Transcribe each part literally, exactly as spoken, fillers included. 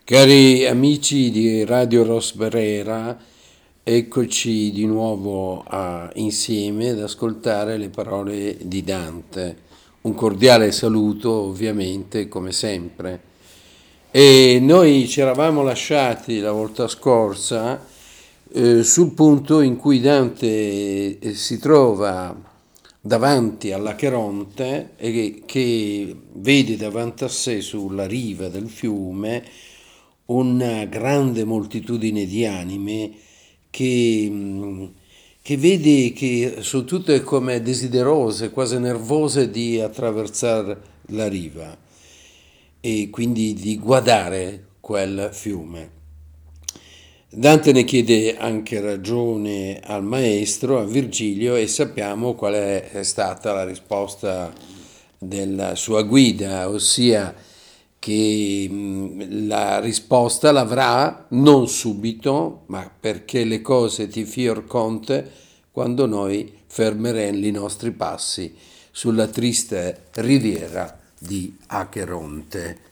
Cari amici di Radio Rosbrera, eccoci di nuovo a- insieme ad ascoltare le parole di Dante. Un cordiale saluto, ovviamente, come sempre. E noi ci eravamo lasciati la volta scorsa eh, sul punto in cui Dante eh, si trova davanti all'Acheronte e che, che vede davanti a sé sulla riva del fiume una grande moltitudine di anime che, mh, che vede che sono tutte come desiderose, quasi nervose di attraversare la riva e quindi di guardare quel fiume. Dante ne chiede anche ragione al maestro, a Virgilio, e sappiamo qual è stata la risposta della sua guida, ossia che mh, la risposta l'avrà non subito, ma perché le cose ti fior conte quando noi fermeremo i nostri passi sulla triste riviera di Acheronte.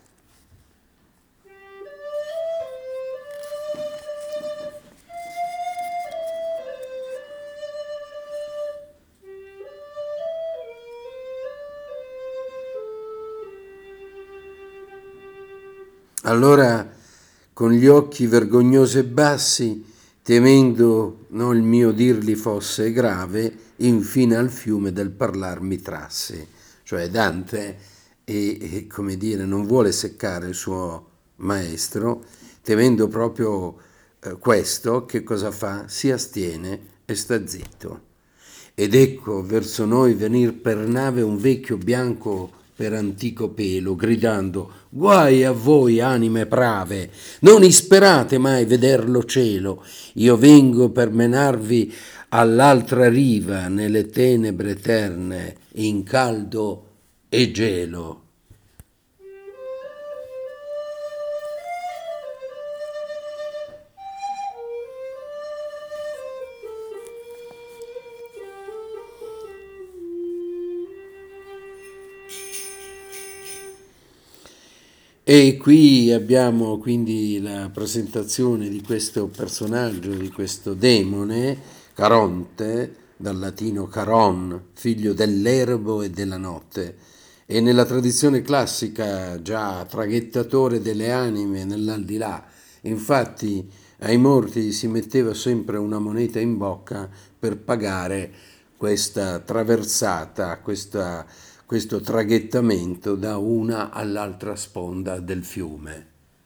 Allora, con gli occhi vergognosi e bassi, temendo non il mio dirli fosse grave, infine al fiume del parlar mi trasse. Cioè Dante, e, e, come dire, non vuole seccare il suo maestro, temendo proprio eh, questo, che cosa fa? Si astiene e sta zitto. Ed ecco verso noi venir per nave un vecchio bianco per antico pelo, gridando: guai a voi, anime brave, non isperate mai vederlo cielo. Io vengo per menarvi all'altra riva, nelle tenebre eterne, in caldo e gelo. E qui abbiamo quindi la presentazione di questo personaggio, di questo demone, Caronte, dal latino caron, figlio dell'erbo e della notte, e nella tradizione classica già traghettatore delle anime nell'aldilà. Infatti ai morti si metteva sempre una moneta in bocca per pagare questa traversata, questa questo traghettamento da una all'altra sponda del fiume.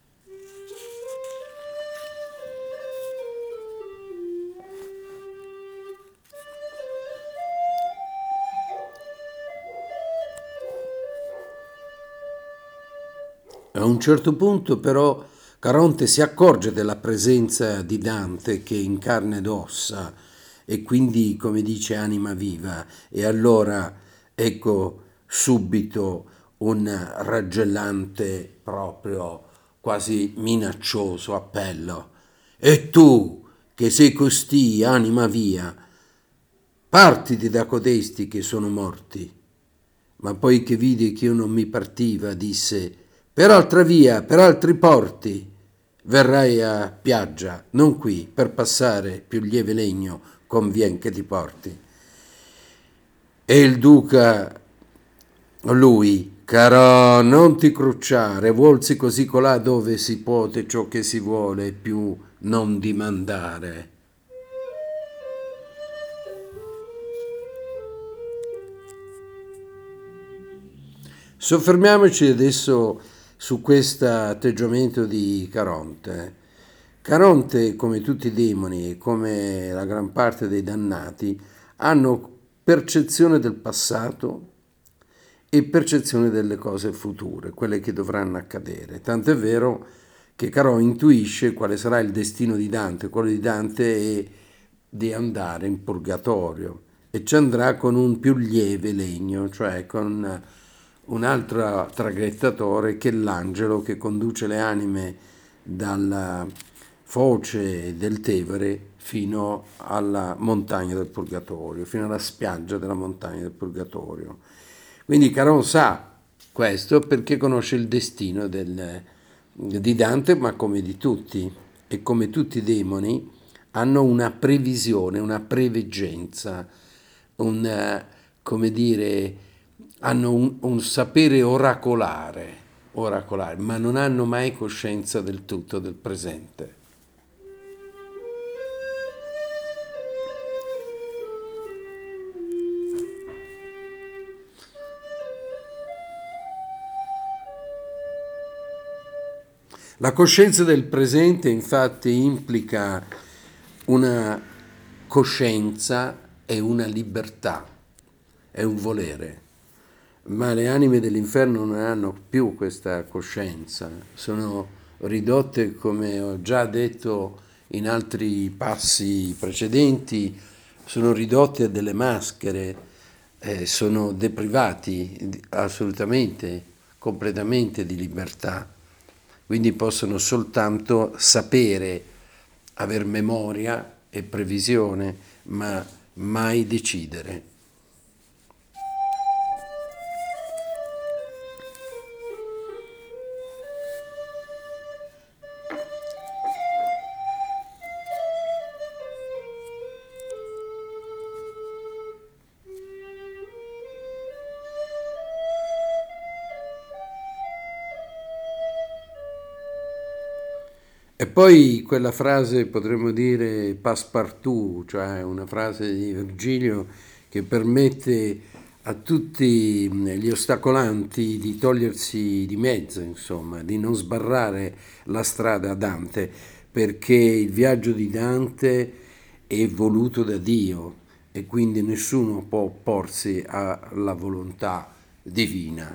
A un certo punto però Caronte si accorge della presenza di Dante che è in carne ed ossa e quindi, come dice, anima viva, e allora ecco subito un raggellante, proprio quasi minaccioso appello. E tu, che sei costì, anima via, partiti da codesti che sono morti. Ma poi che vide che io non mi partiva, disse: per altra via, per altri porti. Verrai a piaggia, non qui, per passare più lieve legno convien che ti porti. E il duca, lui, carò, non ti crucciare, vuolsi così colà dove si puote ciò che si vuole, più non dimandare. Soffermiamoci adesso su questo atteggiamento di Caronte. Caronte, come tutti i demoni e come la gran parte dei dannati, hanno percezione del passato e percezione delle cose future, quelle che dovranno accadere. Tanto è vero che Carò intuisce quale sarà il destino di Dante. Quello di Dante è di andare in purgatorio e ci andrà con un più lieve legno, cioè con un altro traghettatore che è l'angelo che conduce le anime dalla foce del Tevere fino alla montagna del Purgatorio, fino alla spiaggia della montagna del Purgatorio. Quindi Caron sa questo perché conosce il destino del, di Dante, ma come di tutti, e come tutti i demoni hanno una previsione, una preveggenza, un, eh, come dire, hanno un, un sapere oracolare, oracolare, ma non hanno mai coscienza del tutto del presente. La coscienza del presente infatti implica una coscienza e una libertà, è un volere, ma le anime dell'inferno non hanno più questa coscienza, sono ridotte, come ho già detto in altri passi precedenti, sono ridotte a delle maschere, eh, sono deprivati assolutamente, completamente di libertà. Quindi possono soltanto sapere, aver memoria e previsione, ma mai decidere. E poi quella frase, potremmo dire passepartout, cioè una frase di Virgilio che permette a tutti gli ostacolanti di togliersi di mezzo, insomma, di non sbarrare la strada a Dante, perché il viaggio di Dante è voluto da Dio e quindi nessuno può opporsi alla volontà divina.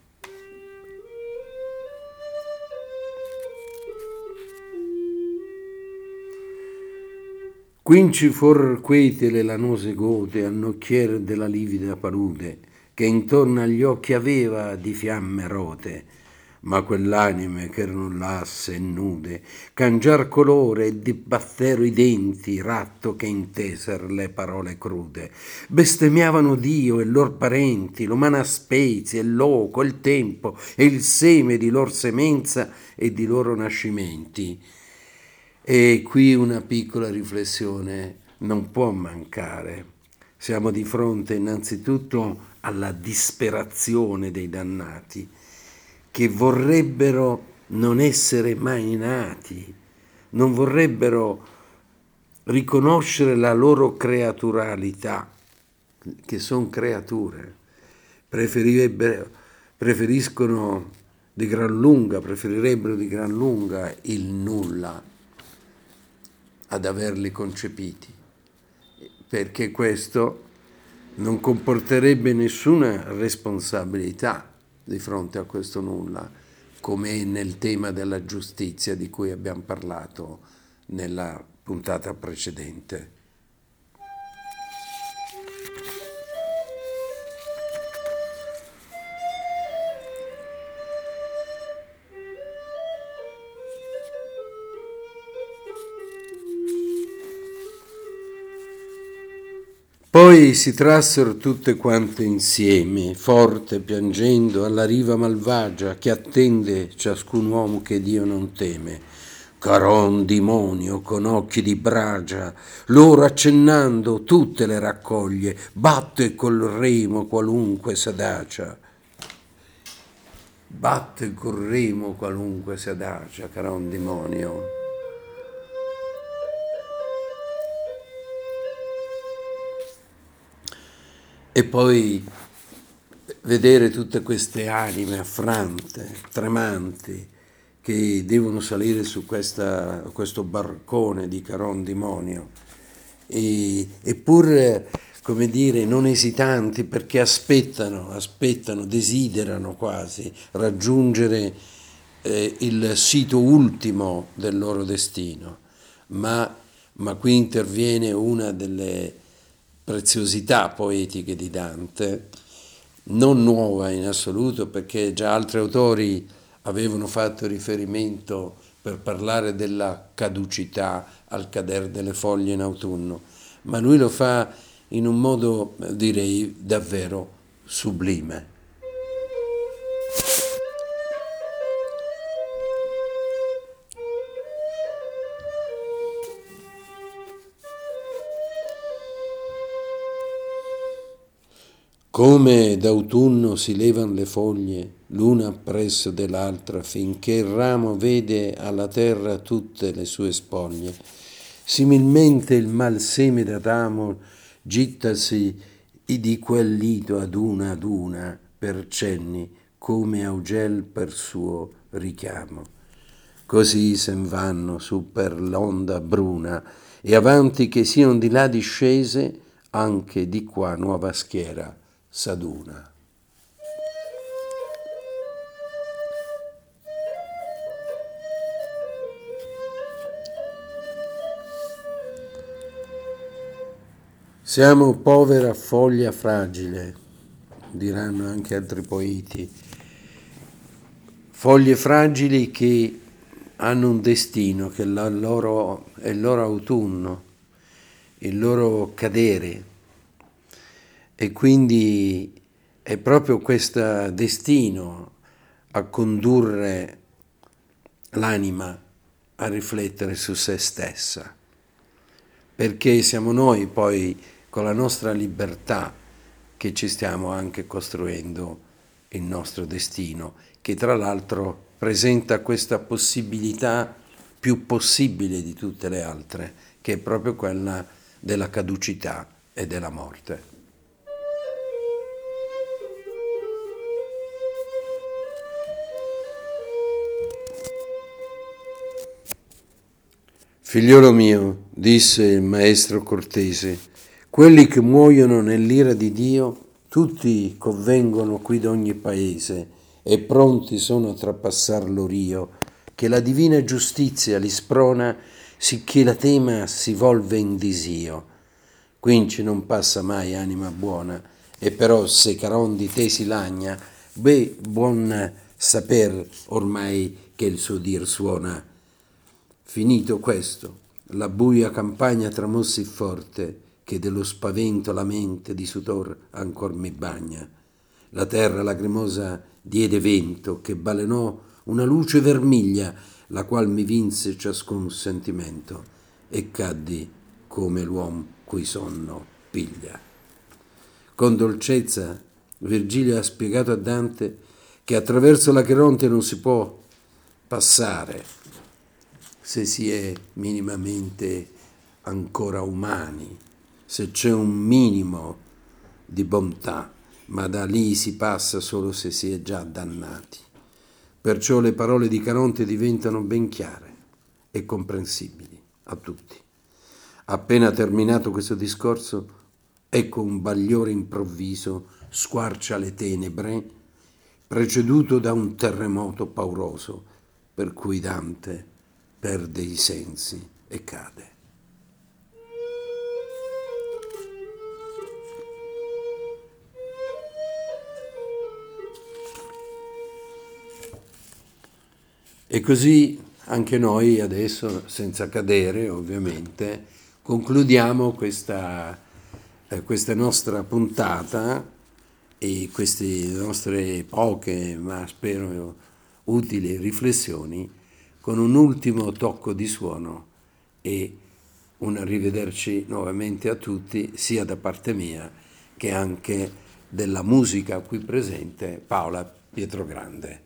Quinci for quete le lanose gote al nocchier della livida palude, che intorno agli occhi aveva di fiamme rote, ma quell'anime ch'erano lasse e nude, cangiar colore e dibattero i denti, ratto che inteser le parole crude, bestemmiavano Dio e lor parenti, l'umana spezie, il loco, il tempo e il seme di lor semenza e di loro nascimenti. E qui una piccola riflessione non può mancare. Siamo di fronte innanzitutto alla disperazione dei dannati, che vorrebbero non essere mai nati, non vorrebbero riconoscere la loro creaturalità, che sono creature, preferirebbero, preferiscono di gran lunga, preferirebbero di gran lunga il nulla ad averli concepiti, perché questo non comporterebbe nessuna responsabilità di fronte a questo nulla, come nel tema della giustizia di cui abbiamo parlato nella puntata precedente. Poi si trassero tutte quante insieme, forte piangendo, alla riva malvagia che attende ciascun uomo che Dio non teme. Caron dimonio con occhi di bragia, loro accennando tutte le raccoglie, batte col remo qualunque sadacia. Batte col remo qualunque sadacia, caron dimonio. E poi vedere tutte queste anime affrante, tremanti, che devono salire su questa, questo barcone di Caron Dimonio, e, eppure, come dire, non esitanti, perché aspettano, aspettano, desiderano quasi raggiungere eh, il sito ultimo del loro destino. Ma, ma qui interviene una delle preziosità poetiche di Dante, non nuova in assoluto, perché già altri autori avevano fatto riferimento per parlare della caducità al cadere delle foglie in autunno, ma lui lo fa in un modo, direi, davvero sublime. Come d'autunno si levan le foglie, l'una appresso dell'altra, finché il ramo vede alla terra tutte le sue spoglie. Similmente il mal seme d'Adamo gittasi di quel lito ad una ad una per cenni, come augel per suo richiamo. Così sen vanno su per l'onda bruna, e avanti che siano di là discese, anche di qua nuova schiera s'aduna. Siamo povera foglia fragile, diranno anche altri poeti, foglie fragili che hanno un destino, che la loro, è il loro autunno, il loro cadere, e quindi è proprio questo destino a condurre l'anima a riflettere su se stessa, perché siamo noi poi con la nostra libertà che ci stiamo anche costruendo il nostro destino, che tra l'altro presenta questa possibilità più possibile di tutte le altre, che è proprio quella della caducità e della morte. Figliolo mio, disse il maestro cortese, quelli che muoiono nell'ira di Dio, tutti convengono qui d'ogni paese e pronti sono a trapassar l'orio, che la divina giustizia li sprona, sicché la tema si volve in disio. Quinci non passa mai anima buona, e però se caron di te si lagna, beh, buon saper ormai che il suo dir suona. Finito questo, la buia campagna tramossi forte, che dello spavento la mente di sudor ancor mi bagna. La terra lacrimosa diede vento, che balenò una luce vermiglia, la qual mi vinse ciascun sentimento, e caddi come l'uom cui sonno piglia. Con dolcezza Virgilio ha spiegato a Dante che attraverso l'Acheronte non si può passare se si è minimamente ancora umani, se c'è un minimo di bontà, ma da lì si passa solo se si è già dannati. Perciò le parole di Caronte diventano ben chiare e comprensibili a tutti. Appena terminato questo discorso, ecco un bagliore improvviso squarcia le tenebre, preceduto da un terremoto pauroso, per cui Dante perde i sensi e cade. E così anche noi adesso, senza cadere ovviamente, concludiamo questa, eh, questa nostra puntata e queste nostre poche, ma spero utili riflessioni con un ultimo tocco di suono e un arrivederci nuovamente a tutti, sia da parte mia che anche della musica qui presente, Paola Pietrogrande.